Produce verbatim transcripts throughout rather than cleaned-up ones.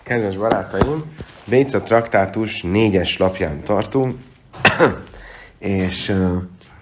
Kedves barátaim, Béca traktátus négyes lapján tartunk, és uh,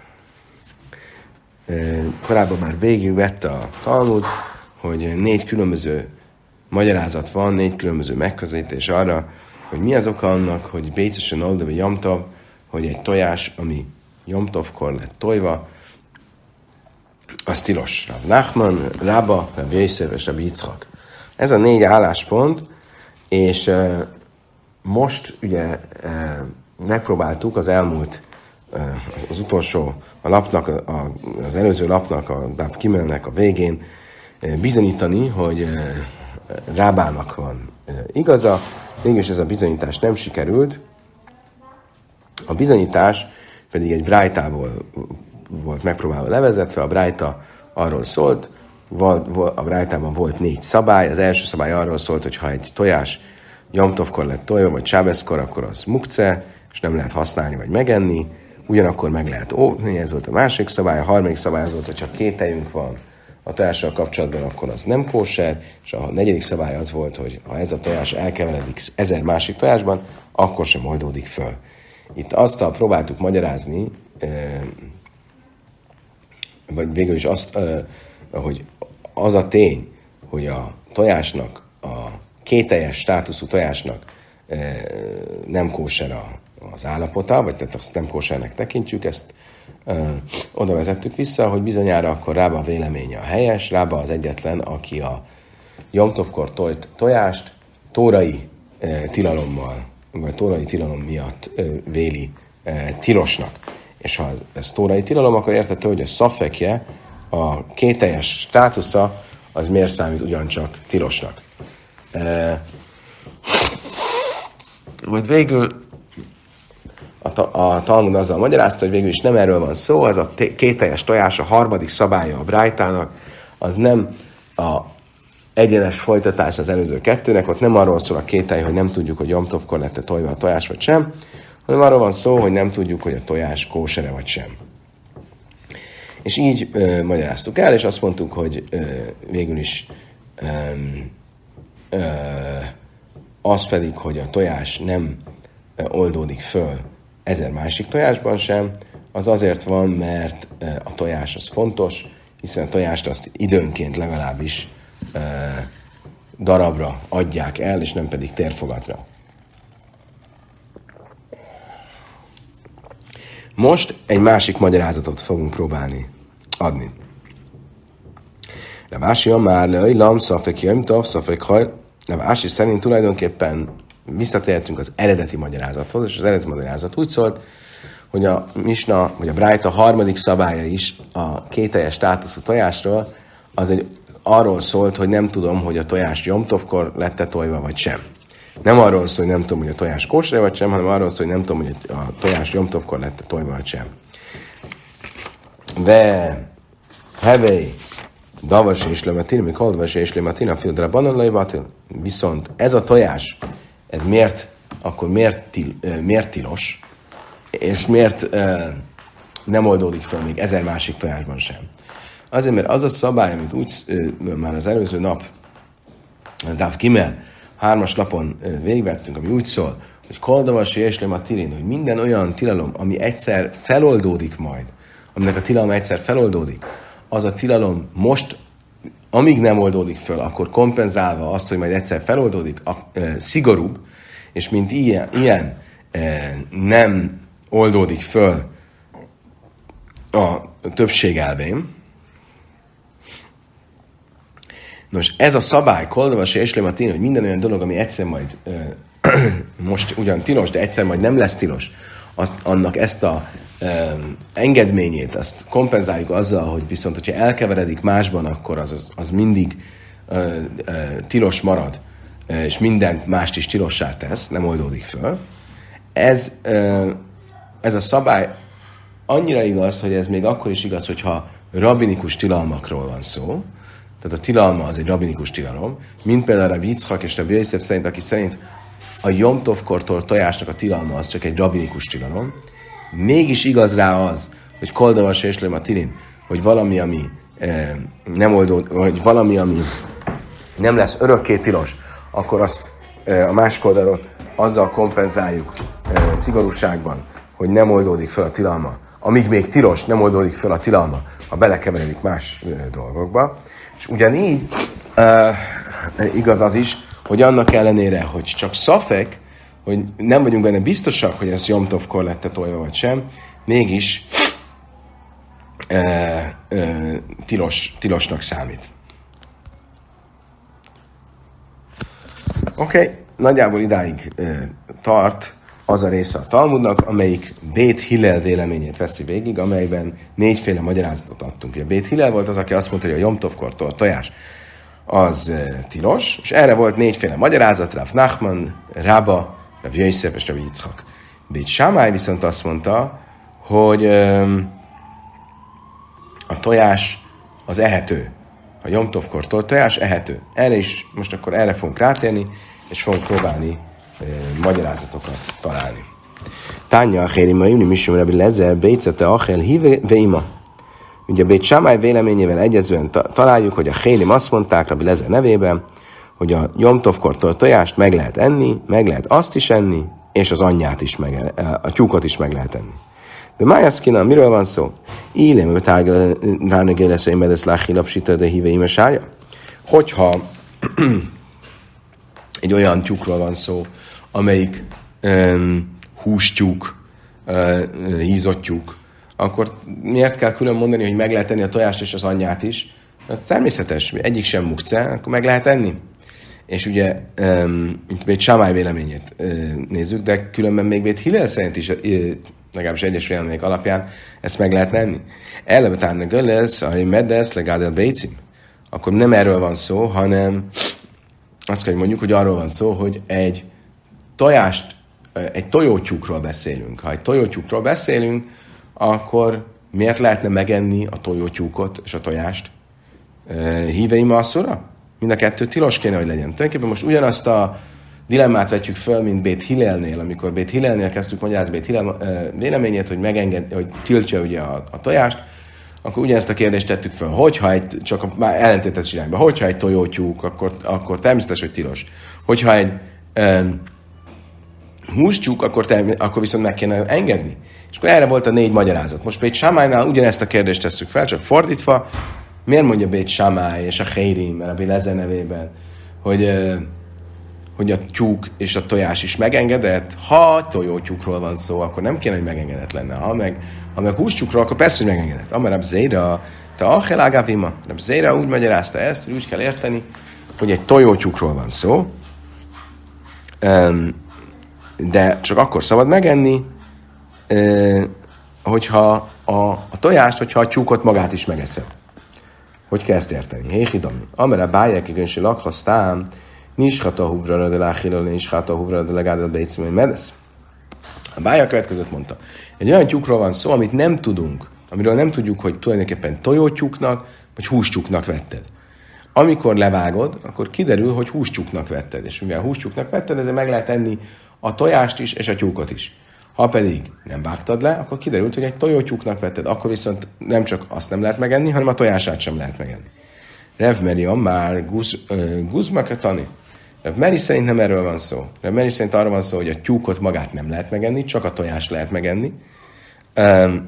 uh, korábban már végigvette a Talmud, hogy négy különböző magyarázat van, négy különböző megközelítés arra, hogy mi az oka annak, hogy Bécesen oldalvi Jomtov, hogy egy tojás, ami Jomtovkor lett tojva, az tilos. Rav Nachman, Rabba, Rav Yosef és Rav Yitzchak. Ez a négy álláspont, és uh, most ugye uh, megpróbáltuk az elmúlt, uh, az utolsó, a lapnak, a, az előző lapnak, a Daf Kimelnek a végén uh, bizonyítani, hogy uh, Rábának van uh, igaza, mégis ez a bizonyítás nem sikerült. A bizonyítás pedig egy brájtából volt megpróbálva levezetve, a brájta arról szólt, a brájtában volt négy szabály, az első szabály arról szólt, hogy ha egy tojás Jomtovkor lett tojva, vagy Sábeszkor, akkor az mukce, és nem lehet használni, vagy megenni, ugyanakkor meg lehet óvni, ez volt a másik szabály, a harmadik szabály az volt, hogy ha kételjünk van a tojással kapcsolatban, akkor az nem kóser, és a negyedik szabály az volt, hogy ha ez a tojás elkeveredik ezer másik tojásban, akkor sem oldódik föl. Itt azt próbáltuk magyarázni, vagy végül is azt, hogy az a tény, hogy a tojásnak, a kételjes státuszú tojásnak nem kóser az állapota, vagy tehát azt nem kósernek tekintjük, ezt oda vezettük vissza, hogy bizonyára akkor Rába a véleménye a helyes, Rába az egyetlen, aki a Jomtovkor tojt tojást tórai tilalommal, vagy tórai tilalom miatt véli tilosnak. És ha ez tórai tilalom, akkor értető, hogy a szafekje, a kételjes státusza, az miért számít ugyancsak tilosnak. E, vagy végül a, ta, a Talmud azzal magyarázta, hogy végül is nem erről van szó, ez a kételjes tojás, a harmadik szabálya a brájtának, az nem a egyenes folytatás az előző kettőnek, ott nem arról szól a kételj, hogy nem tudjuk, hogy Jomtovkor lett tojva a tojás vagy sem, hanem arról van szó, hogy nem tudjuk, hogy a tojás kósere vagy sem. És így ö, magyaráztuk el, és azt mondtuk, hogy ö, végül is ö, ö, az pedig, hogy a tojás nem ö, oldódik föl ezer másik tojásban sem, az azért van, mert ö, a tojás az fontos, hiszen a tojást azt időnként legalábbis ö, darabra adják el, és nem pedig térfogatra. Most egy másik magyarázatot fogunk próbálni adni. Rav Ashi amár le'olam szafek jomtov, szafek hajl. Rav Ashi szerint tulajdonképpen visszatértünk az eredeti magyarázathoz, és az eredeti magyarázat úgy szólt, hogy a Misna, vagy a Brájta harmadik szabálya is a kételjes státuszú tojásról, az egy arról szólt, hogy nem tudom, hogy a tojás Jomtovkor lett-e tojva, vagy sem. Nem arról szól, hogy nem tudom, hogy a tojás kósere vagy sem, hanem arról szól, hogy nem tudom, hogy a tojás Jomtovkor lett tojva vagy sem. De hevej davas és lemetin, mi koldvas és lemetin, a fiúdra bananlai batil. Viszont ez a tojás, ez miért, akkor miért, til, miért tilos, és miért uh, nem oldódik fel még ezer másik tojásban sem. Azért, mert az a szabály, amit úgy uh, már az előző nap, Daf Gimel, hármas lapon végigvettünk, ami úgy szól, hogy koldavasi és lematilin, hogy minden olyan tilalom, ami egyszer feloldódik majd, aminek a tilalom egyszer feloldódik, az a tilalom most, amíg nem oldódik föl, akkor kompenzálva azt, hogy majd egyszer feloldódik, a, e, szigorúbb, és mint ilyen, ilyen e, nem oldódik föl a többség elvén. Nos, ez a szabály, koldavasi és lematin, hogy minden olyan dolog, ami egyszer majd ö, most ugyan tilos, de egyszer majd nem lesz tilos, azt, annak ezt a ö, engedményét, azt kompenzáljuk azzal, hogy viszont, hogyha elkeveredik másban, akkor az, az, az mindig ö, ö, tilos marad, ö, és mindent mást is tilossá tesz, nem oldódik föl. Ez, ö, ez a szabály annyira igaz, hogy ez még akkor is igaz, hogyha rabbinikus tilalmakról van szó, tehát a tilalma az egy rabbinikus tilalom, mint például Rav Yitzchak és Rav Yosef szerint, aki szerint a Jomtovkortól tojásnak a tilalma az csak egy rabbinikus tilalom. Mégis igaz rá az, hogy koldavas és lematilin, hogy valami, ami eh, nem oldó, vagy valami, ami nem lesz örökké tilos, akkor azt a másik oldalról azzal kompenzáljuk szigorúságban, hogy nem oldódik fel a tilalma, amíg még tilos, nem oldódik fel a tilalma, ha belekeveredik más dolgokba. És ugyanígy uh, igaz az is, hogy annak ellenére, hogy csak szafek, hogy nem vagyunk benne biztosak, hogy ez Jom Tovkor lett tolva vagy sem, mégis uh, uh, tilos, tilosnak számít. Oké, okay. Nagyjából idáig uh, tart az a része a Talmudnak, amelyik Bét Hillel véleményét veszi végig, amelyben négyféle magyarázatot adtunk. A Bét Hillel volt az, aki azt mondta, hogy a Jom Tovkortól a tojás az uh, tilos, és erre volt négyféle magyarázat, Rav Nachman, Rabba, Rav Yosef és Rav Yitzchak. Bét Sámály viszont azt mondta, hogy um, a tojás az ehető. A Jom Tovkortól tojás ehető. Erre is, most akkor erre fogunk rátérni, és fogunk próbálni e, magyarázatokat találni. Tánja a Hérim Imni Misum Rabbi Lezer Bécete Achel Hive Veima. Ugye a Bét Sámály véleményével egyezően ta- találjuk, hogy a Hérim azt mondták Rabbi Lezer nevében, hogy a Jom Tovkortól tojást meg lehet enni, meg lehet azt is enni, és az anyját is, meg, a tyúkot is meg lehet enni. De Májaszkina, miről van szó? Illem, hogy tárnagé lesz, hogy medesz láhilapsita, de híve ime sárja? Hogyha egy olyan tyúkról van szó, amelyik um, hústyúk, uh, hízott tyúk, akkor miért kell külön mondani, hogy meg lehet enni a tojást és az anyját is? Hát természetes, egyik sem mukce, akkor meg lehet enni. És ugye um, Bét Sámály véleményét uh, nézzük, de különben még Bét Hillel szerint is, uh, legalábbis egyes vélemények alapján ezt meg lehet enni. Ellevetárnak göllesz, ahogy meddesz, legádel bécim. Akkor nem erről van szó, hanem azt kell, hogy mondjuk, hogy arról van szó, hogy egy tojást, egy tojótyúkról beszélünk. Ha egy tojótyúkról beszélünk, akkor miért lehetne megenni a tojótyúkot és a tojást? Híveim asszura? Mind a kettő tilos kéne, hogy legyen. Tulajdonképpen most ugyanazt a dilemmát vetjük föl, mint Bét Hillelnél, amikor Bét Hillelnél kezdtük magyarázni Bét Hillel véleményét, hogy, megenged, hogy tiltja ugye a, a tojást, akkor ugyanezt a kérdést tettük föl, hogyha egy, csak a, már ellentétes irányba, hogyha egy tojótyúk, akkor, akkor természetes, hogy tilos. Hogyha egy um, hústyúk, akkor, term- akkor viszont meg kéne engedni. És akkor erre volt a négy magyarázat. Most Bét Sámálynál ugyanezt a kérdést tesszük fel, csak fordítva, miért mondja Bét Sámály és a Hérim, mert a Bélezer nevében, hogy, uh, hogy a tyúk és a tojás is megengedett? Ha tojótyúkról van szó, akkor nem kéne, hogy megengedett lenne. Ha meg Ha meg hústyúkról, akkor persze, hogy megengedett. Amar Rab Zéra, te Achel Ágávima. Rab Zéra úgy magyarázta ezt, hogy úgy kell érteni, hogy egy tojótyúkról van szó, de csak akkor szabad megenni, hogyha a, a tojást, hogyha a tyúkot magát is megeszed. Hogy kell ezt érteni? Héhidami. Amar Rab Bájek, igönsi lakhasztám, Nishata huvra de láhila, Nishata huvra de legádel bécim, hogy medesz. A Bája következőt mondta. Egy olyan tyúkról van szó, amit nem tudunk, amiről nem tudjuk, hogy tulajdonképpen tojótyúknak, vagy hústyúknak vetted. Amikor levágod, akkor kiderül, hogy hústyúknak vetted. És mivel hústyúknak vetted, ezért meg lehet enni a tojást is, és a tyúkot is. Ha pedig nem vágtad le, akkor kiderült, hogy egy tojótyúknak vetted. Akkor viszont nem csak azt nem lehet megenni, hanem a tojását sem lehet megenni. Rev Meriam már guzmakatani. Rev Meri szerint nem erről van szó. Rev Meri szerint arról van szó, hogy a tyúkot magát nem lehet megenni, csak a tojást lehet megenni. Um,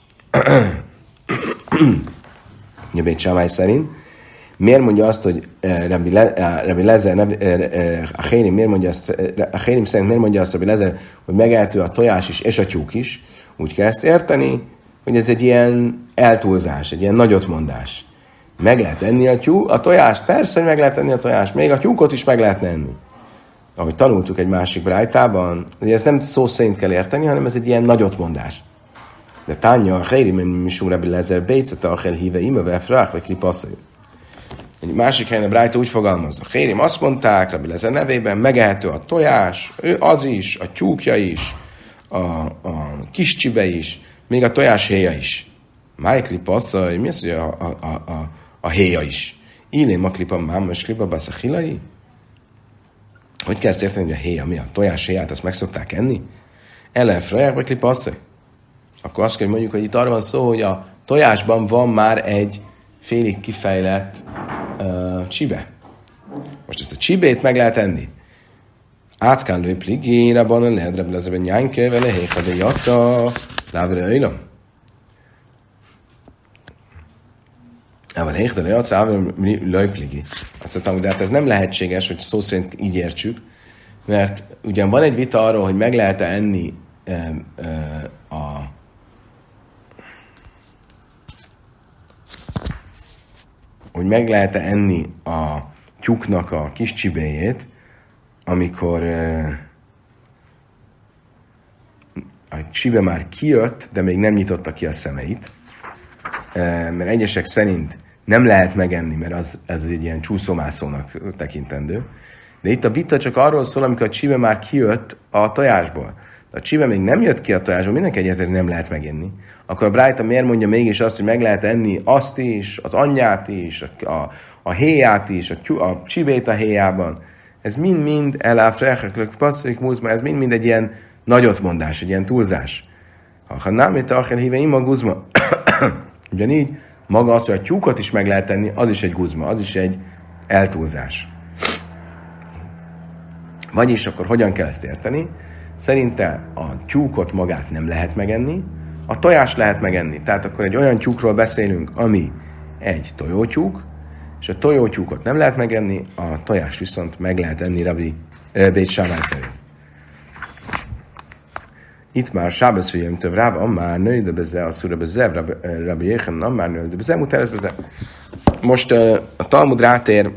Bét Sámály szerint. Miért mondja azt, hogy uh, Rabbi, Le, uh, Rabbi Lezer, uh, uh, a Hérim, miért mondja azt, uh, a Hérim szerint miért mondja azt Rabbi Lezer, hogy megehető a tojás is és a tyúk is? Úgy kell ezt érteni, hogy ez egy ilyen eltúlzás, egy ilyen nagyotmondás. Meg lehet enni a, tyú, a tojást? Persze, hogy meg lehet enni a tojást. Még a tyúkot is meg lehet enni. Ahogy tanultuk egy másik brájtában, hogy ez nem szó szerint kell érteni, hanem ez egy ilyen nagyotmondás. De Tánja, a Hérim, Misum Rabbi Lezer, Bécete, Achel híve, Ime, Vefrach, vagy Klipasszai. Egy másik helyen a brájta úgy fogalmaz. A Hérim azt mondták, Rabbi Lezer nevében, megehető a tojás, ő az is, a tyúkja is, a, a kis csibe is, még a tojás héja is. Máj Klipasszai, mi az, hogy a, a, a, a, a héja is? Illém a klipa máma, és klipa baszachilai? Hogy kell ezt érteni, hogy a héja mi? A tojás héját, azt meg szokták enni? Ellen fraják, vagy klipasszai? Akkor azt kell mondjuk, hogy itt arra van szó, hogy a tojásban van már egy félig kifejlett uh, csibe. Most ezt a csibét meg lehet enni. Átkán lőj pligi, rabban a lehet, rabbi lezeben nyánke, vele héka, de jaca, lávere öjlom. Ával héka, de jaca, lávere lőj pligi. Azt mondtam, de hát ez nem lehetséges, hogy szó szerint így értsük, mert ugyan van egy vita arról, hogy meg lehet-e enni e, e, a hogy meg lehet-e enni a tyúknak a kis csibéjét, amikor uh, a csibe már kijött, de még nem nyitotta ki a szemeit, uh, mert egyesek szerint nem lehet megenni, mert az, ez egy ilyen csúszómászónak tekintendő. De itt a vita csak arról szól, amikor a csibe már kijött a tojásból. De a csibe még nem jött ki a tojásból, mindenki egyetlen nem lehet megenni. Akkor a Brájta miért mondja mégis azt, hogy meg lehet enni azt is, az anyját is, a, a, a héját is, a, a csibét a héjában. Ez mind-mind eláfrechek, passzik múzma, ez mind-mind egy ilyen nagyotmondás, egy ilyen túlzás. Ha nem, itt a híve ima guzma. Ugyanígy maga az, hogy a tyúkot is meg lehet tenni, az is egy guzma, az is egy eltúlzás. Vagyis akkor hogyan kell ezt érteni? Szerinte a tyúkot magát nem lehet megenni, a tojást lehet megenni. Tehát akkor egy olyan tyúkról beszélünk, ami egy tojótyúk, és a tojótyúkot nem lehet megenni, a tojást viszont meg lehet enni Rabbi Bét Sámán szerint. Itt már Sábesz figyelm több Ráv, amár nőj, de beze, a szúra beze, Rabbi Jéchen, amár nőj, de beze, mutáz beze. Most a Talmud rátér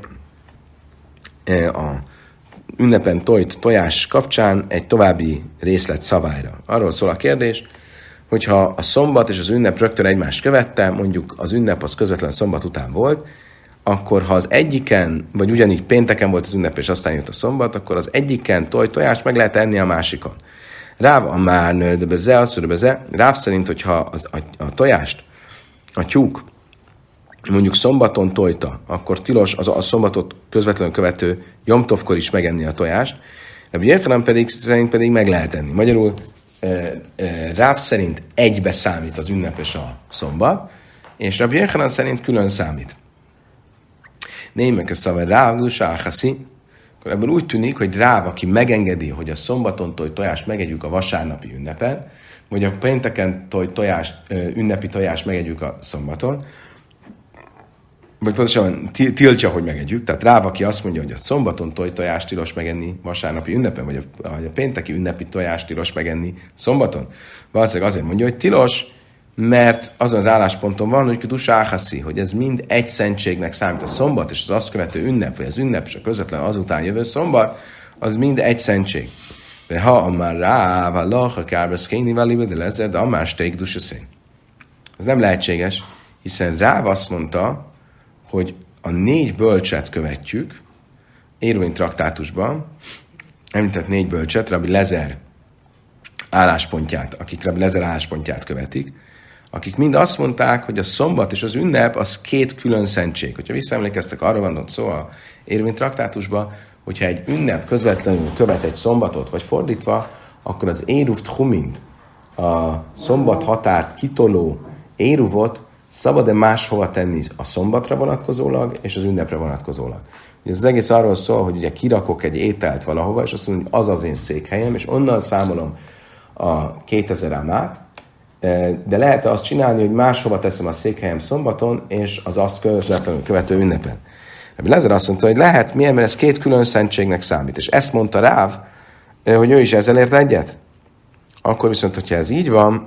a ünnepen tojt tojás kapcsán egy további részlet szabályra. Arról szól a kérdés, hogyha a szombat és az ünnep rögtön egymást követte, mondjuk az ünnep az közvetlen szombat után volt, akkor ha az egyiken, vagy ugyanígy pénteken volt az ünnep, és aztán jött a szombat, akkor az egyiken toj tojást meg lehet enni a másikon. Ráv a már nő, de beze, azt mondja, beze. Ráv szerint, hogyha az, a, a tojást, a tyúk mondjuk szombaton tojta, akkor tilos az a szombatot közvetlenül követő jomtovkor is megenni a tojást, Rabbi Jéchanan pedig szerint pedig meg lehet enni. Magyarul Ráv szerint egybe számít az ünnep és a szombat, és Rabbi Jéchanan szerint külön számít. Némek a szava Ráv, Dusá, Achaszi, akkor ebből úgy tűnik, hogy Ráv, aki megengedi, hogy a szombaton toj tojást megegyük a vasárnapi ünnepen, vagy a pénteken toj tojást, ünnepi tojást megegyük a szombaton, vagy pontosan tiltja, hogy megegyük. Tehát Ráv, aki azt mondja, hogy a szombaton toj tojást tilos megenni vasárnapi ünnepen, vagy a, vagy a pénteki ünnepi tojást tilos megenni szombaton. Valószínűleg azért mondja, hogy tilos, mert azon az állásponton van, hogy Dusá Achaszi, hogy ez mind egy szentségnek számít. A szombat és az azt követő ünnep, vagy az ünnep és a közvetlen azután jövő szombat, az mind egy szentség. De ha amár Ráv, a lach, a kárbeszkéni valibe, de lezer, de amár steik dusaszén. Ez nem lehetséges, hiszen Ráv azt mondta, hogy a négy bölcset követjük, Érvény traktátusban, említett négy bölcset, Rabbi Lezer álláspontját, akik Rabbi Lezer álláspontját követik, akik mind azt mondták, hogy a szombat és az ünnep az két külön szentség. Hogyha visszaemlékeztek, arra van ott szó a Érvény traktátusban, hogyha egy ünnep közvetlenül követ egy szombatot, vagy fordítva, akkor az Éruv Tchumint, a szombat határt kitoló Éruvot szabad-e máshova tenni a szombatra vonatkozólag, és az ünnepre vonatkozólag. Ugye az egész arról szól, hogy ugye kirakok egy ételt valahova, és azt mondom, hogy az az én székhelyem, és onnan számolom a kétezer ámát, de lehet azt csinálni, hogy máshova teszem a székhelyem szombaton, és az azt közvetlenül követő ünnepen. Rabbi Lezer azt mondta, hogy lehet, miért, mert ez két külön szentségnek számít. És ezt mondta Ráv, hogy ő is ezzel ért egyet. Akkor viszont, hogyha ez így van,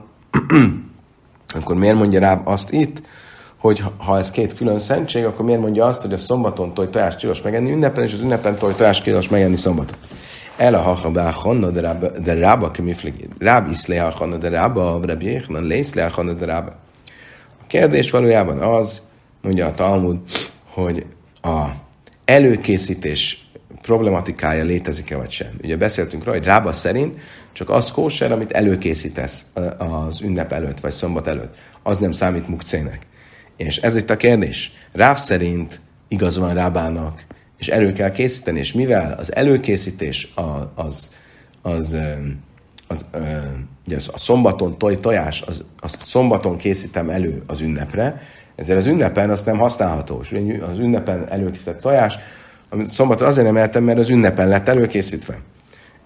akkor miért mondja Ráv azt itt, hogy ha ez két külön szentség, akkor miért mondja azt, hogy a szombaton toj tojást tilos megenni ünnepen, és az ünnepen toj tojást tilos megenni szombaton. El a hachabá hanna de rába kemiflig. Ráb iszlé a hanna de rába, Rabbi Jéchanan lészlé a hanna de rába. A kérdés valójában az, mondja a Talmud, hogy a előkészítés problematikája létezik-e vagy sem. Ugye beszéltünk róla, hogy Rába szerint csak az kóser, amit előkészítesz az ünnep előtt, vagy szombat előtt. Az nem számít mukcének. És ez itt a kérdés. Ráv szerint igaz van Rábának, és elő kell készíteni, és mivel az előkészítés az, az, az, az, ugye az a szombaton toj tojás, az, azt szombaton készítem elő az ünnepre, ezért az ünnepen azt nem használható. És az ünnepen előkészített tojás, amit szombaton azért nem eltem, mert az ünnepen lett előkészítve.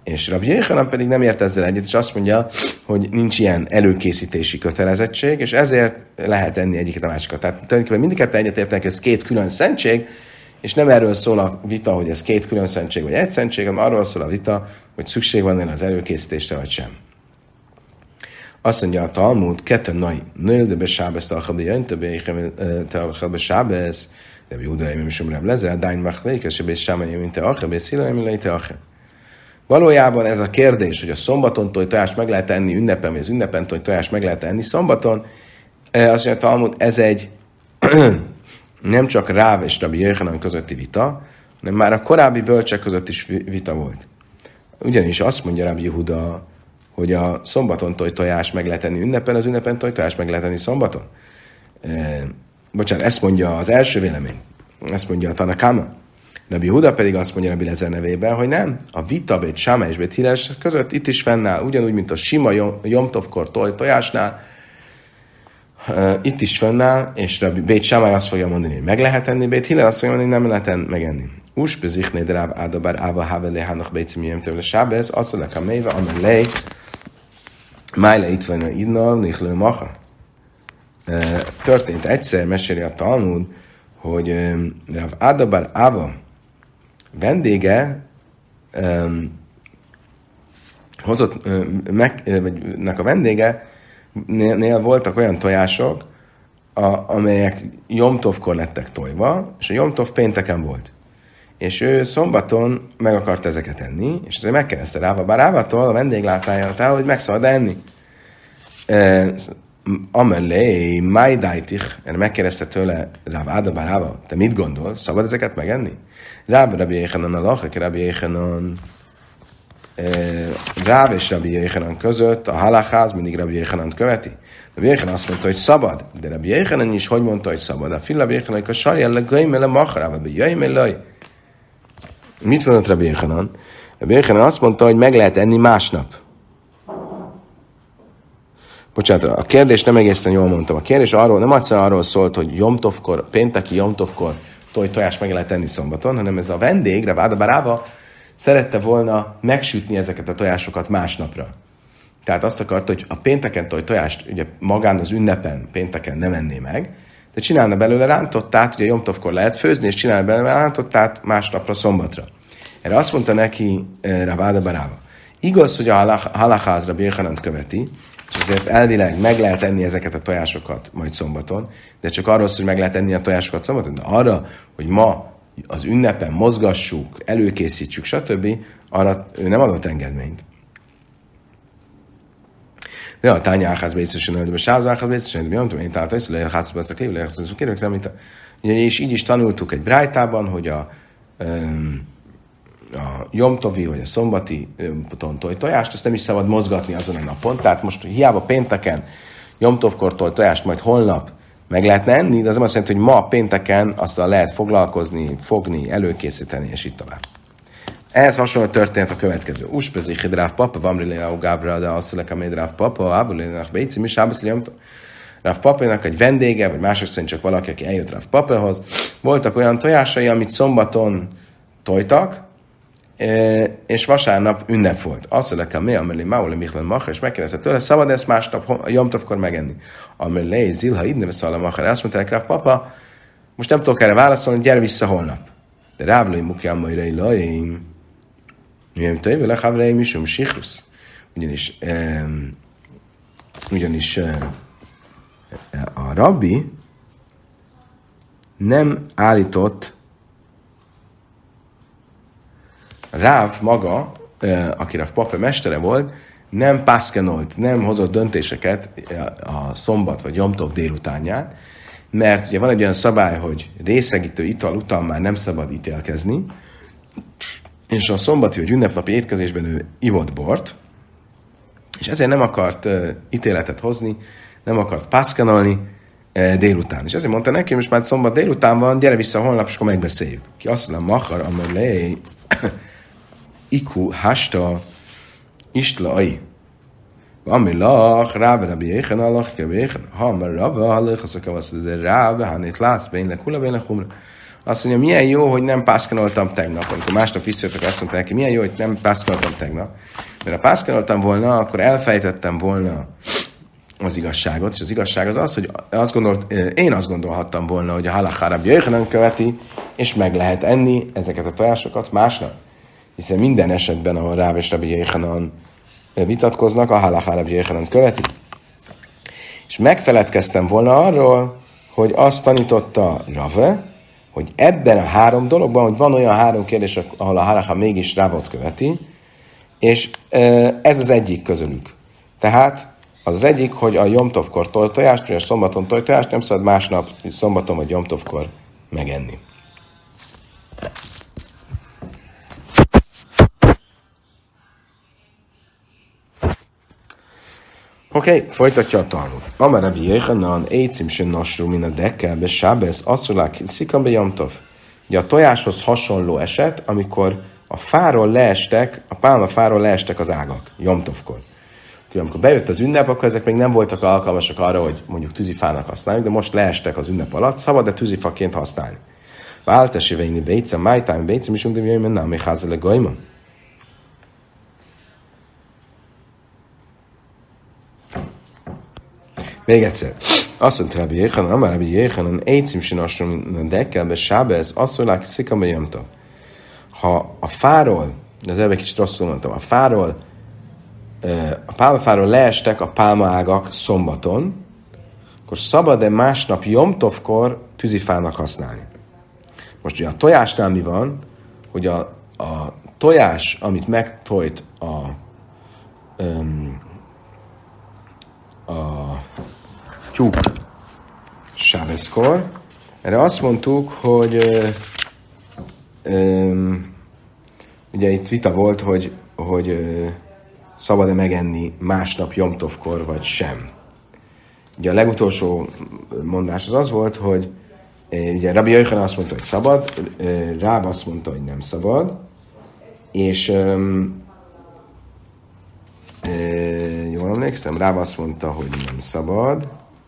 És Rabbi Jéhanan pedig nem ért ezzel egyet, és azt mondja, hogy nincs ilyen előkészítési kötelezettség, és ezért lehet enni egyiket a másikat. Tehát tulajdonképpen mindig egyet értenek, ez két külön szentség, és nem erről szól a vita, hogy ez két külön szentség vagy egy szentség, hanem arról szól a vita, hogy szükség van az előkészítésre, vagy sem. Azt mondja a Talmud, ketten nai, nőlde be sábesz, talchabe jöntebe, talchabe sábesz, de Júdaim is umrebb lezre, dány vachlékes, se bész sámai, mint te ache, bész szilaim, lejte ache. Valójában ez a kérdés, hogy a szombaton tojást meg lehet enni ünnepen, vagy az ünnepen tojást meg lehet enni szombaton, azt mondja a Talmud, ez egy nem csak Ráv és Rabbi Jéhanan közötti vita, hanem már a korábbi bölcsek között is vita volt. Ugyanis azt mondja Rabbi Yehuda, hogy a szombaton toj tojás meg lehet enni ünnepen, az ünnepen toj tojás meg lehet enni szombaton. E, bocsánat, ezt mondja az első vélemény. Ezt mondja a Tanakama. Rabbi Yehuda pedig azt mondja Rabbi Lezer nevében, hogy nem. A vita Bét Sáma és Bét Híles között itt is fennáll, ugyanúgy, mint a sima Jomtovkor toj tojásnál, Uh, itt is fennáll, és Rabbi Bét Sámály azt fogja mondani, hogy meg lehet enni, Bét Hillel azt fogja mondani, hogy nem lehet megenni. Us bezichné de Ráv Ádabar Áva Havelé Hánach Bécimi Jömtövle Sábez, azt mondják a méve, amelé májle itt van a idna, nichlő maha. Uh, történt egyszer, meséli a Talmud, hogy um, Ráv Ádabar Áva vendége um, hozott, um, meg, vagy nek a vendége nél voltak olyan tojások, a, amelyek Jomtovkor lettek tojva, és a Jomtov pénteken volt. És ő szombaton meg akart ezeket enni, és azért megkérdezte Ráva, bár Rávatól a vendéglátájától, hogy meg szabad enni. E, Amelé, májdájtich, erre megkérdezte tőle Ráva, Áda, bár Ráva, te mit gondolsz, szabad ezeket megenni? Ráv Rabbi Jéhanan a lachak, Rabbi Jéhanan Ráv és Rabbi Jéhanan között a halacház mindig Rabbi Jéhanant követi. Rabbi Jéhanan azt mondta, hogy szabad, de Rabbi Jéhanan is hogy mondta, hogy szabad. A fil Rabbi Jéhanan, hogy a sarjel le göjmele machra, vagy jöjmele. Mit mondott Rabbi Jéhanan? Rabbi Jéhanan azt mondta, hogy meg lehet enni másnap. Bocsánat, a kérdés nem egészen jól mondtam. A kérdés arról, nem egyszerűen arról szólt, hogy Jomtovkor, pénteki Jomtovkor toj tojás meg lehet enni szombaton, hanem ez a vendég, Ráv Ádabar Áva, szerette volna megsütni ezeket a tojásokat másnapra. Tehát azt akarta, hogy a pénteken toj tojást, ugye magán az ünnepen pénteken nem enné meg, de csinálna belőle rántottát, ugye Jomtovkor lehet főzni, és csinálna belőle rántottát másnapra, szombatra. Erre azt mondta neki Ráv Ádabar Áva. Igaz, hogy a halacház Rabbi Jéhanant követi, és azért elvileg meg lehet enni ezeket a tojásokat majd szombaton, de csak arról szól, hogy meg lehet enni a tojásokat szombaton, de arra, hogy ma az ünnepen mozgassuk, előkészítsük, stb., arra ő nem adott engedményt. De a tányáház bészesen öldöbe, sávzáház bészesen öldöbe, nem tudom, én találtam, hogy a házba ezt a klévle, ezt kérlek, nem, mint a... És így is tanultuk egy brájtában, hogy a, a jomtovi, vagy a szombati tontoj tojást, azt nem is szabad mozgatni azon a napon. Tehát most hiába pénteken jomtovkor toj tojást, majd holnap meg lehetne enni, de az nem azt jelenti, hogy ma pénteken azzal lehet foglalkozni, fogni, előkészíteni, és így tovább. Ehhez hasonló történet a következő. Uspezik Ráv Papa, Vamriléna Gábra, de asszolek a méd Ráv Papa, Ábulénának Béci, mi sábeszli Jomtov. Ráv Papának egy vendége, vagy mások szerint csak valaki, aki eljött Ráv Papához, voltak olyan tojásai, amit szombaton tojtak, és vasárnap ünnep volt. Azt mondja, mi amelé maule michlen macher, és megkérdezte tőle, szabad ezt másnap a Jomtovkor megenni. Amelé zilha idneve szala macher. Azt mondta, Ráv Papa, most nem tudok erre válaszolni, gyere vissza holnap. De Rávlai mukjám majrei laim, milyen tőjve lehavreim misum sichrusz. Ugyanis, um, ugyanis uh, a rabbi nem állított Ráv maga, aki Ráv Papa mestere volt, nem pászkenolt, nem hozott döntéseket a szombat vagy Jomtov délutánján, mert ugye van egy olyan szabály, hogy részegítő ital után már nem szabad ítélkezni, és a szombati vagy ünnepnapi étkezésben ő ivott bort, és ezért nem akart uh, ítéletet hozni, nem akart pászkenolni uh, délután. És ezért mondta neki, most már szombat délután van, gyere vissza holnap, és akkor megbeszéljük. Ki azt mondja, machar, amelé, iku, hasta, istla, ai. Ami lach, rábe, rabbi jéhen, alach, kebéhen, ha, mert rabba, halach, az a kavasz, de rábe, hánét látsz, bényleg hula, bényleg humra. azt mondja, milyen jó, hogy nem pászkanoltam tegnap. Amikor másnap visszajöttek, azt mondta neki, milyen jó, hogy nem pászkanoltam tegnap. Mert ha pászkanoltam volna, akkor elfejtettem volna az igazságot, és az igazság az az, hogy azt gondolt, én azt gondolhattam volna, hogy a halakha Rabbi Yochanan követi, és meg lehet enni ezeket a tojásokat másnap. Hiszen minden esetben, ahol Ráv és Rabbi Yochanan vitatkoznak, a halakha Rabbi Yochanan követi. És megfeledkeztem volna arról, hogy azt tanította Rave, hogy ebben a három dologban, hogy van olyan három kérdés, ahol a halakha mégis Ravot követi, és ez az egyik közülük. Tehát az az egyik, hogy a Jomtovkor toj tojást, vagy a szombaton toj tojást nem szabad másnap szombaton vagy Jomtovkor megenni. Oké, okay, folytatja a Talmud. Amar Rabbi Yochanan, éjcim sen nasru min a dekkel, be sábez, asszulák, szikam be Jomtov. Ugye a tojáshoz hasonló eset, amikor a fáról leestek, a pálmafáról leestek az ágak, Jomtovkor. Amikor bejött az ünnep, akkor ezek még nem voltak alkalmasak arra, hogy mondjuk tűzifának használjuk, de most leestek az ünnep alatt, szabad de tűzifaként használni. Válteséveini béce, májtán béce, misunk de jöjjön, nem még házele gajma. Még egyszer. Azt mondta Rabbi Yochanan, amár Rabbi Yochanan, éjcim sinasson dekkel, be sábez, asszolák, szikam, jöjjömta. Ha a fáról, de az elve kicsit rosszul mondtam, a fáról a pálmafáról leestek a pálmaágak szombaton, akkor szabad-e másnap Jomtovkor tűzifának használni? Most ugye a tojásnál mi van, hogy a, a tojás, amit megtojt a, um, a tyúk sáveszkor, erre azt mondtuk, hogy um, ugye itt vita volt, hogy, hogy uh, szabad-e megenni másnap Jomtovkor, vagy sem. Ugye a legutolsó mondás az az volt, hogy ugye Rabbi Yochanan azt mondta, hogy szabad, Ráv azt mondta, hogy nem szabad, és um, e, jól emlékszem, Ráv azt mondta, hogy nem szabad,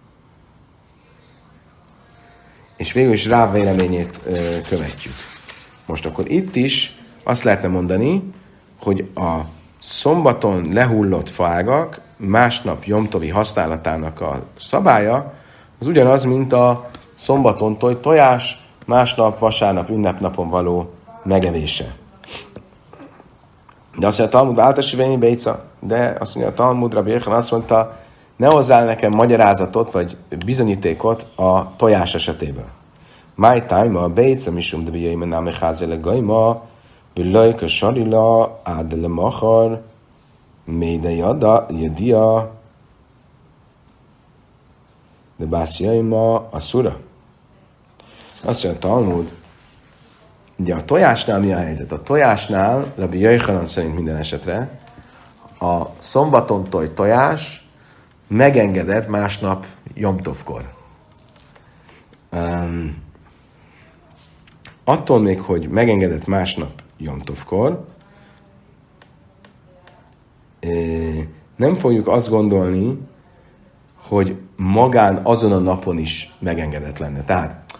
és végül is Ráv véleményét e, követjük. Most akkor itt is azt lehetne mondani, hogy a szombaton lehullott faágak másnap jomtovi használatának a szabálya az ugyanaz, mint a szombaton toj tojás másnap, vasárnap, ünnepnapon való megevése. De azt mondja, a Talmud általánosítani béca, de azt mondja, a Talmud Rabbi Yochanan azt mondta, ne hozzál nekem magyarázatot, vagy bizonyítékot a tojás esetében. My time a béca misum de bijaim nem echázele gajma, Bülajka sarila, ádele machar, méde jada, jedia, de bászjaima, asszura. Azt mondja a Talmud, ugye a tojásnál mi a helyzet? A tojásnál, Rabbi Yochanan szerint minden esetre, a szombaton toj tojás megengedett másnap Jomtovkor. Um, attól még, hogy megengedett másnap Jomtovkor, nem fogjuk azt gondolni, hogy magán azon a napon is megengedett lenne. Tehát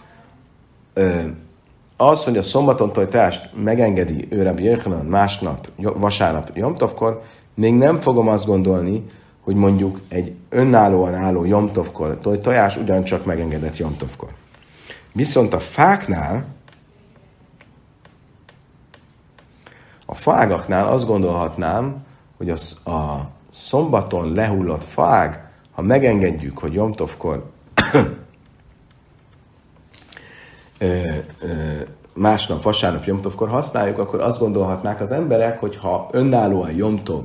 az, hogy a szombaton toj tojást megengedi ő Rabbi Yochanan másnap, vasárnap Jomtovkor, még nem fogom azt gondolni, hogy mondjuk egy önállóan álló Jomtovkor toj tojás ugyancsak megengedett Jomtovkor. Viszont a fáknál, a faágaknál azt gondolhatnám, hogy az, a szombaton lehullott faág, ha megengedjük, hogy Jomtovkor másnap, vasárnap Jomtovkor használjuk, akkor azt gondolhatnák az emberek, hogy ha önállóan Jomtov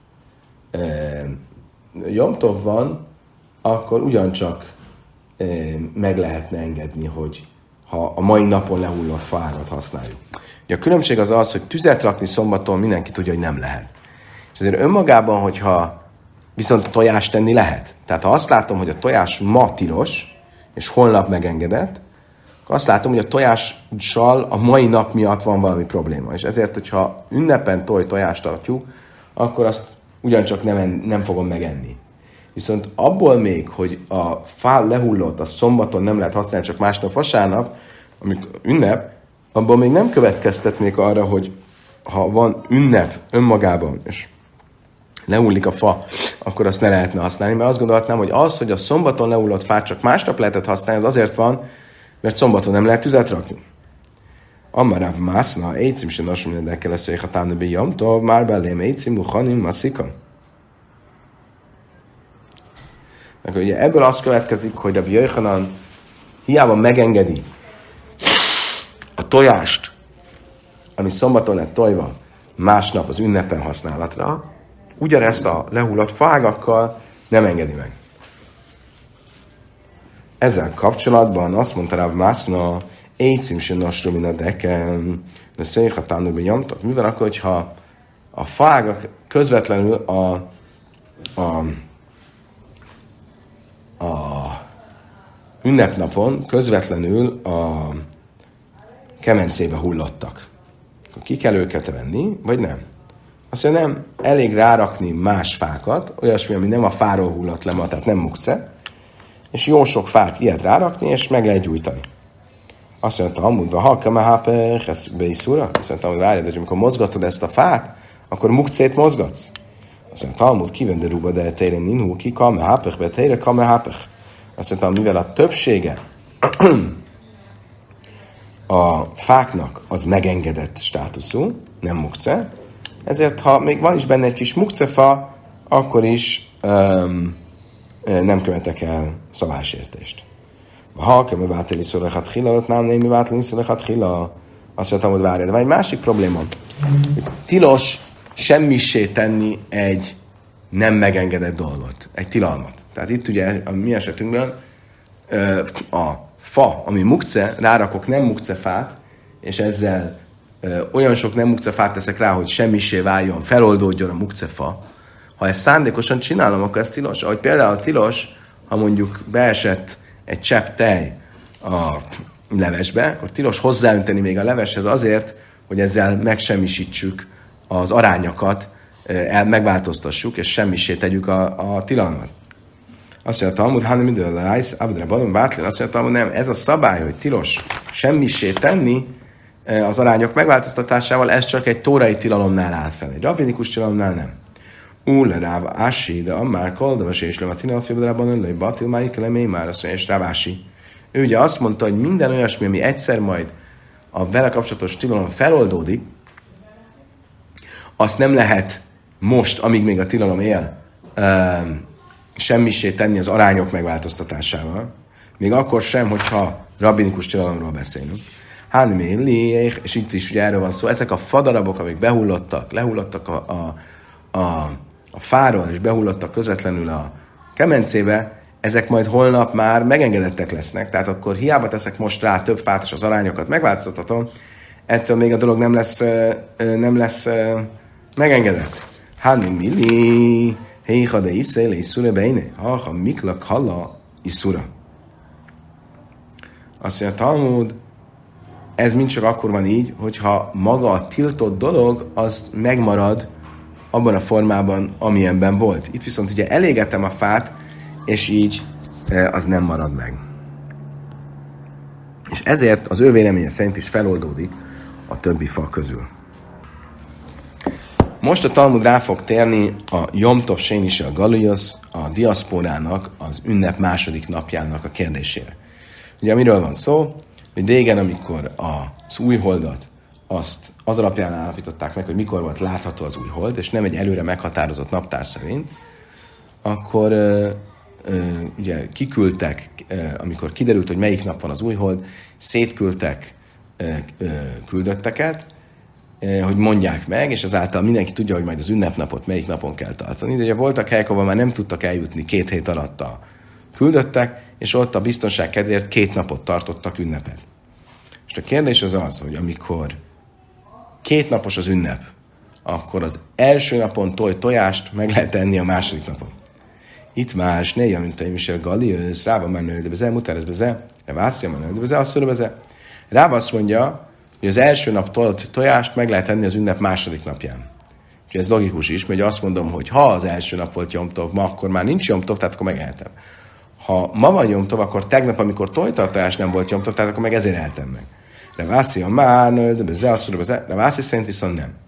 Jomtov van, akkor ugyancsak meg lehetne engedni, hogy ha a mai napon lehullott faágat használjuk. Ugye a különbség az az, hogy tüzet rakni szombaton mindenki tudja, hogy nem lehet. És azért önmagában, hogyha viszont tojást tenni lehet. Tehát ha azt látom, hogy a tojás ma tilos, és holnap megengedett, akkor azt látom, hogy a tojással a mai nap miatt van valami probléma. És ezért, hogyha ünnepen toj tojást tartjuk, akkor azt ugyancsak nem, nem fogom megenni. Viszont abból még, hogy a fál lehullott, a szombaton nem lehet használni, csak másnap vasárnap, amikor ünnep, abban még nem következtetnék arra, hogy ha van ünnep önmagában, és lehullik a fa, akkor azt ne lehetne használni, mert azt gondolhatnám, hogy az, hogy a szombaton lehullott fát csak másnap lehetett használni, az azért van, mert szombaton nem lehet tüzet rakni. Amarav mászna, éjcim se nosom nedekkel lesz, hogy hatán nöbbi jamtov, már belém éjcim, muhanim, maszika. Akkor ugye ebből az következik, hogy Rabbi Yochanan hiába megengedi a tojást, ami szombaton lett tojva, másnap az ünnepen használatra, ugyanezt a lehullott fágakkal nem engedi meg. Ezzel kapcsolatban azt mondta Rav Mászna, éjcim se nasromina dekem, de széjhatánokban nyomtak. Mi van akkor, hogyha a fágak közvetlenül a, a, a ünnepnapon közvetlenül a kemencébe hullottak? Akkor ki kell őket venni, vagy nem? Azt mondja, nem, elég rárakni más fákat, olyasmi, ami nem a fáról hullott le, tehát nem mukce, és jó sok fát ilyet rárakni, és meg lehet gyújtani. Azt mondta, amúgyva, ha kemehápech, ez beiszúra? Azt mondta, hogy várjad, hogy amikor mozgatod ezt a fát, akkor mukcét mozgatsz. Azt mondta, amúgy kivende ruba, de tére ninhú ki, kamehápech, be tére kamehápech. Azt mondta, mivel a többsége a fáknak az megengedett státuszú, nem mukce, ezért, ha még van is benne egy kis mukcefa, akkor is um, nem követek el szabálysértést. Ha kell váltani szólechat hila, ott nem némi váltani szólechat hila. Azt mondtam, hogy várjad. Van egy másik probléma. Tilos semmissé tenni egy nem megengedett dolgot. Egy tilalmat. Tehát itt ugye a mi esetünkben a fa, ami mukce, rárakok nem mukcefát, és ezzel olyan sok nem mukcefát teszek rá, hogy semmissé váljon, feloldódjon a mukcefa. Ha ezt szándékosan csinálom, akkor ez tilos. Ahogy például tilos, ha mondjuk beesett egy csepp tej a levesbe, akkor tilos hozzáönteni még a leveshez azért, hogy ezzel megsemmisítsük az arányokat, el, megváltoztassuk, és semmissé tegyük a, a tilalmat. Azt mondja, Talmud, hanem idő a lájsz, abdra balon bátlén, azt mondja, Talmud, nem, ez a szabály, hogy tilos semmissé tenni az arányok megváltoztatásával, ez csak egy tórai tilalomnál áll fel, egy rabbinikus tilalomnál nem. Úle ráv ási, de ammár koldavas és levatina a fibradrában önlői batil máik lemély már, azt mondja, és rávási. Ő ugye azt mondta, hogy minden olyasmi, ami egyszer majd a vele kapcsolatos tilalom feloldódik, azt nem lehet most, amíg még a tilalom él, semmisé tenni az arányok megváltoztatásával. Még akkor sem, hogyha rabbinikus tilalomról beszélünk. Hánméli, és itt is ugye erről van szó, ezek a fadarabok, amik behullottak, lehullottak a, a, a, a fáról, és behullottak közvetlenül a kemencébe, ezek majd holnap már megengedettek lesznek, tehát akkor hiába teszek most rá több fát, és az arányokat megváltoztatom, ettől még a dolog nem lesz, nem lesz megengedett. Hánméli, héha de iszéle, iszure beine, ha miklak halla, iszura. Azt mondja, Talmud, ez mind csak akkor van így, hogyha maga a tiltott dolog, az megmarad abban a formában, amilyenben volt. Itt viszont ugye elégetem a fát, és így az nem marad meg. És ezért az ő véleménye szerint is feloldódik a többi fa közül. Most a Talmud rá fog térni a Jom Tov Sénise a Galuyos, a diaszporának, az ünnep második napjának a kérdésére. Ugye miről van szó? Hogy régen, amikor az új holdat azt az alapján állapították meg, hogy mikor volt látható az új hold, és nem egy előre meghatározott naptár szerint, akkor ö, ö, ugye kiküldtek, ö, amikor kiderült, hogy melyik nap van az új hold, szétküldtek ö, ö, küldötteket, ö, hogy mondják meg, és azáltal mindenki tudja, hogy majd az ünnepnapot melyik napon kell tartani. De ugye voltak helyek, ahol már nem tudtak eljutni két hét alatt a küldöttek, és ott a biztonság kedvéért két napot tartottak ünnepet. És a kérdés az az, hogy amikor két napos az ünnep, akkor az első napon toj tojást meg lehet enni a második napon. Itt más, ne jön, mint a Michel Gallius, rába már nőde beze, mutár ez beze, vászja már nőde beze, asszor beze. Rába azt mondja, hogy az első nap tolt tojást meg lehet enni az ünnep második napján. Úgyhogy ez logikus is, mert azt mondom, hogy ha az első nap volt Jom Tov, ma akkor már nincs Jom Tov, tehát akkor megehetem. ha ma van Jomtov, akkor tegnap, amikor tojtartás nem volt Jomtov, tehát akkor meg ezért eltem meg. Revászi a már, de bezászol, Revászi szerint viszont nem.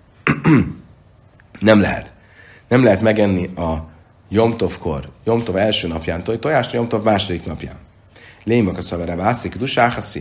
Nem lehet. Nem lehet megenni a Jomtovkor, Jomtov első napján toj tojást, Jomtov második napján. Lémak a szavere vászik, dusáhaszi.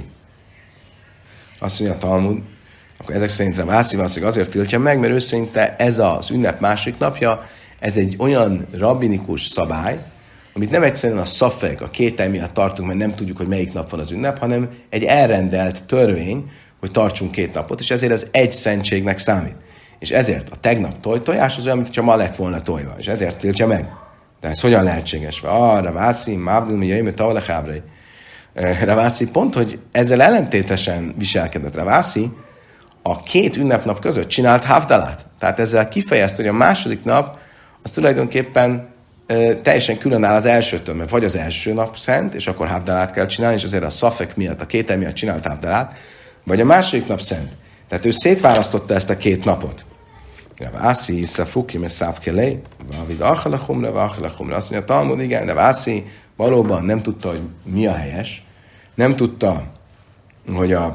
Azt mondja a Talmud, akkor ezek szerint Revászi valószínűleg azért tiltja meg, mert ő szerint ez az ünnep második napja, ez egy olyan rabbinikus szabály, amit nem egyszerűen a szafek, a kételj miatt tartunk, mert nem tudjuk, hogy melyik nap van az ünnep, hanem egy elrendelt törvény, hogy tartsunk két napot, és ezért ez egy szentségnek számít. És ezért a tegnap toj tojás az olyan, mintha ma lett volna tojva, és ezért tiltja meg. De ez hogyan lehetséges? Ah, Revászi, Mábdil, mi jöjjön, tavalle hábrai. Revászi pont, hogy ezzel ellentétesen viselkedett. Revászi a két ünnepnap között csinált havdalát. Tehát ezzel kifejezte, hogy a második nap az tulajdonképpen e, teljesen különáll az elsőtől, mert vagy az első nap szent, és akkor havdalát kell csinálni, és azért a szafek miatt, a kétel miatt csinált havdalát, vagy a második nap szent. Tehát ő szétválasztotta ezt a két napot. Revászi, szafuki, mert szápkelé, vavid achalachumra, vachalachumra. Azt mondja, Talmud, igen, Revászi valóban nem tudta, hogy mi a helyes, nem tudta, hogy a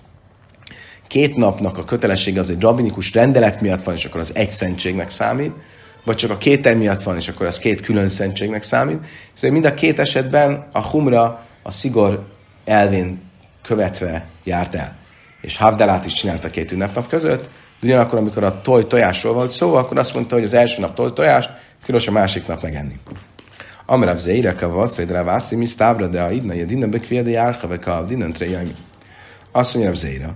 két napnak a kötelessége az egy rabbinikus rendelet miatt van, és akkor az egy szentségnek számít, vagy csak a kétel miatt van, és akkor az két külön szentségnek számít. Szóval mind a két esetben a humra a szigor elvén követve járt el. És havdalát is csinált a két ünnepnap között, de ugyanakkor, amikor a toj tojásról volt szó, akkor azt mondta, hogy az első nap toj tojást, tilos a másik nap megenni. Amarav zeireka vasszai, de Revászi, mi sztábra, de a idna, a dinnan bekvia, de járha, vagy a dinnan trejajmi. Azt mondja Rav Zeira,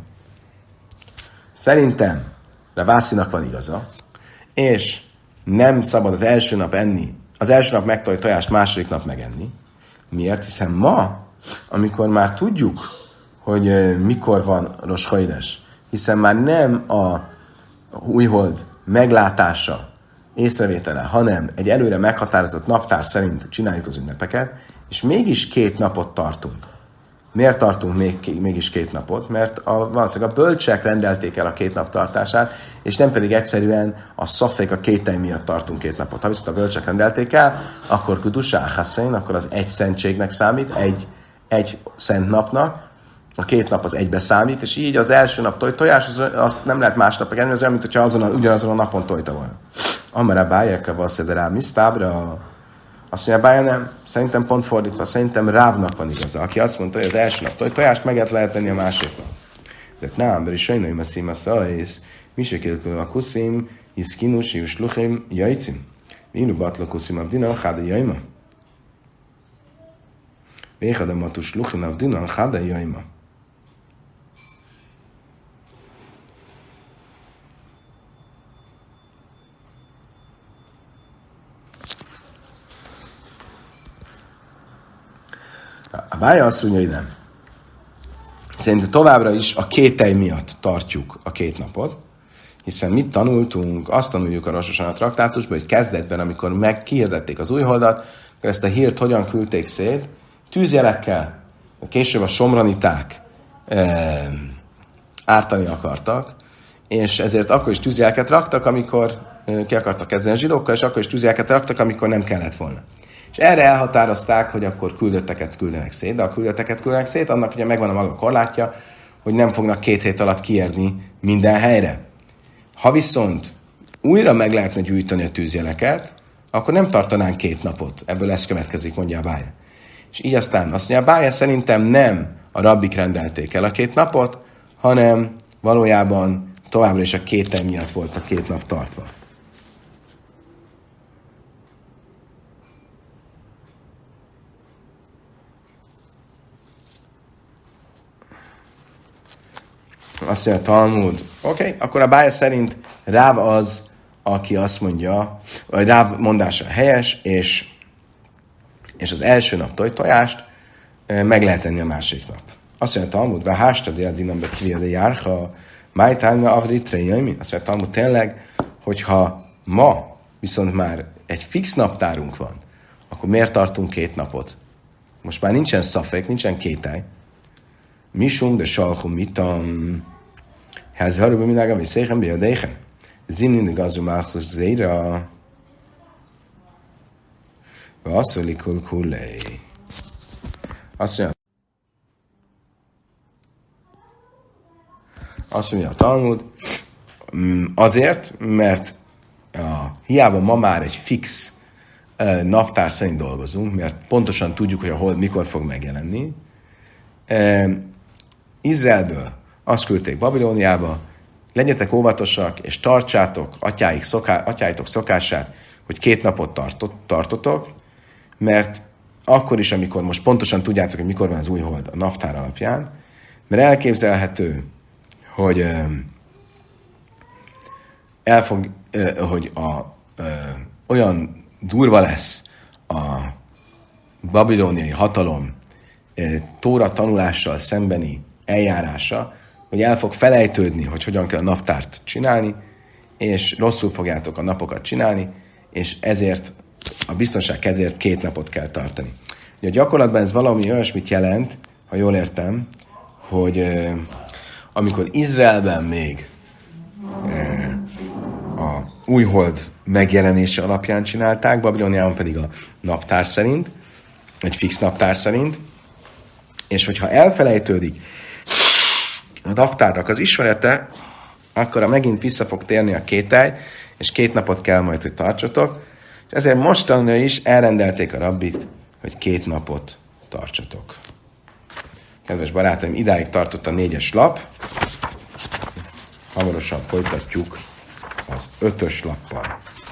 szerintem Revászinak van igaza, és nem szabad az első nap enni, az első nap megtoj tojást, második nap megenni. Miért? Hiszen ma, amikor már tudjuk, hogy mikor van Rosh Chodesh, hiszen már nem a újhold meglátása, észrevétele, hanem egy előre meghatározott naptár szerint csináljuk az ünnepeket, és mégis két napot tartunk. Miért tartunk még, mégis két napot? Mert a, valószínűleg a bölcsek rendelték el a két nap tartását, és nem pedig egyszerűen a szafék, a kételj miatt tartunk két napot. Ha viszont a bölcsek rendelték el, akkor kudusá haszain, akkor az egy szentségnek számít, egy, egy szent napnak, a két nap az egybe számít, és így az első nap toj, tojás, az, azt nem lehet másnap megenni, az olyan, mint hogyha azon a, ugyanazon a napon tojta volna. Amara bájeka vasszede rá, mi sztábra? Azt mondja, bája nem. Szerintem pont fordítva, szerintem Rávnak van igaza, aki azt mondta, hogy az első nap toj, tojást meg lehet tenni a másik nap. De nem, mert is sajnálom a szíma szajsz, mi se kérkül a kuszim, hisz kinus, hisz luchim, jajcim. Mínu batla kuszim abdina, háda jajma. Véhadam a tus luchin abdina, háda jajma. A bája azt mondja, hogy nem. Szerintem továbbra is a kételj miatt tartjuk a két napot, hiszen mit tanultunk? Azt tanuljuk a Rosh Hashanah traktátusban, hogy kezdetben, amikor megkihirdették az újholdat, akkor ezt a hírt hogyan küldték szét? Tűzjelekkel. Később a somraniták e, ártani akartak, és ezért akkor is tűzjeleket raktak, amikor e, ki akartak kezdeni a zsidókkal, és akkor is tűzjeleket raktak, amikor nem kellett volna. És erre elhatározták, hogy akkor küldötteket küldenek szét, de a küldötteket küldenek szét, annak ugye megvan a maga korlátja, hogy nem fognak két hét alatt kiérni minden helyre. Ha viszont újra meg lehetne gyűjteni a tűzjeleket, akkor nem tartanánk két napot. Ebből ez következik, mondja a bája. És így aztán azt mondja, a bája szerintem nem a rabbik rendelték el a két napot, hanem valójában továbbra is a kétel miatt volt a két nap tartva. Azt mondja a Talmud, oké, okay, akkor a bája szerint Ráv az, aki azt mondja, vagy Ráv mondása helyes, és, és az első nap toj tojást meg lehet tenni a másik nap. Azt mondja a Talmud, vá hástad el dinam bekvia de járha, májtányna avritre jöjmi. Azt mondja a Talmud, tényleg, hogyha ma viszont már egy fix naptárunk van, akkor miért tartunk két napot? Most már nincsen szafék, nincsen kételj. Misum de salchum mitam. Ez harúba mindága, vagy széken biadéken. Zimnin de gazumátus zéra. Vasszoli kulkulei. Azt mondja, azt mondja a Talmud, azért, mert a, hiába ma már egy fix uh, naptár szerint dolgozunk, mert pontosan tudjuk, hogy a hold mikor fog megjelenni. Uh, Izraelből azt küldték Babilóniába, legyetek óvatosak, és tartsátok atyáik szoká, atyáitok szokását, hogy két napot tartot, tartotok, mert akkor is, amikor most pontosan tudjátok, hogy mikor van az új hold a naptár alapján, mert elképzelhető, hogy uh, elfog, uh, hogy a, uh, olyan durva lesz a babilóniai hatalom uh, Tóra tanulással szembeni eljárása, hogy el fog felejtődni, hogy hogyan kell a naptárt csinálni, és rosszul fogjátok a napokat csinálni, és ezért a biztonság kedvéért két napot kell tartani. Ugye a gyakorlatban ez valami olyasmit jelent, ha jól értem, hogy uh, amikor Izraelben még uh, a új hold megjelenése alapján csinálták, Babilóniában pedig a naptár szerint, egy fix naptár szerint, és hogyha elfelejtődik a naptárnak az ismerete, akkor megint vissza fog térni a kételj, és két napot kell majd, hogy tartsatok, és ezért mostanra is elrendelték a rabbit, hogy két napot tartsatok. Kedves barátaim, idáig tartott a négyes lap, hamarosan folytatjuk az ötös lappal.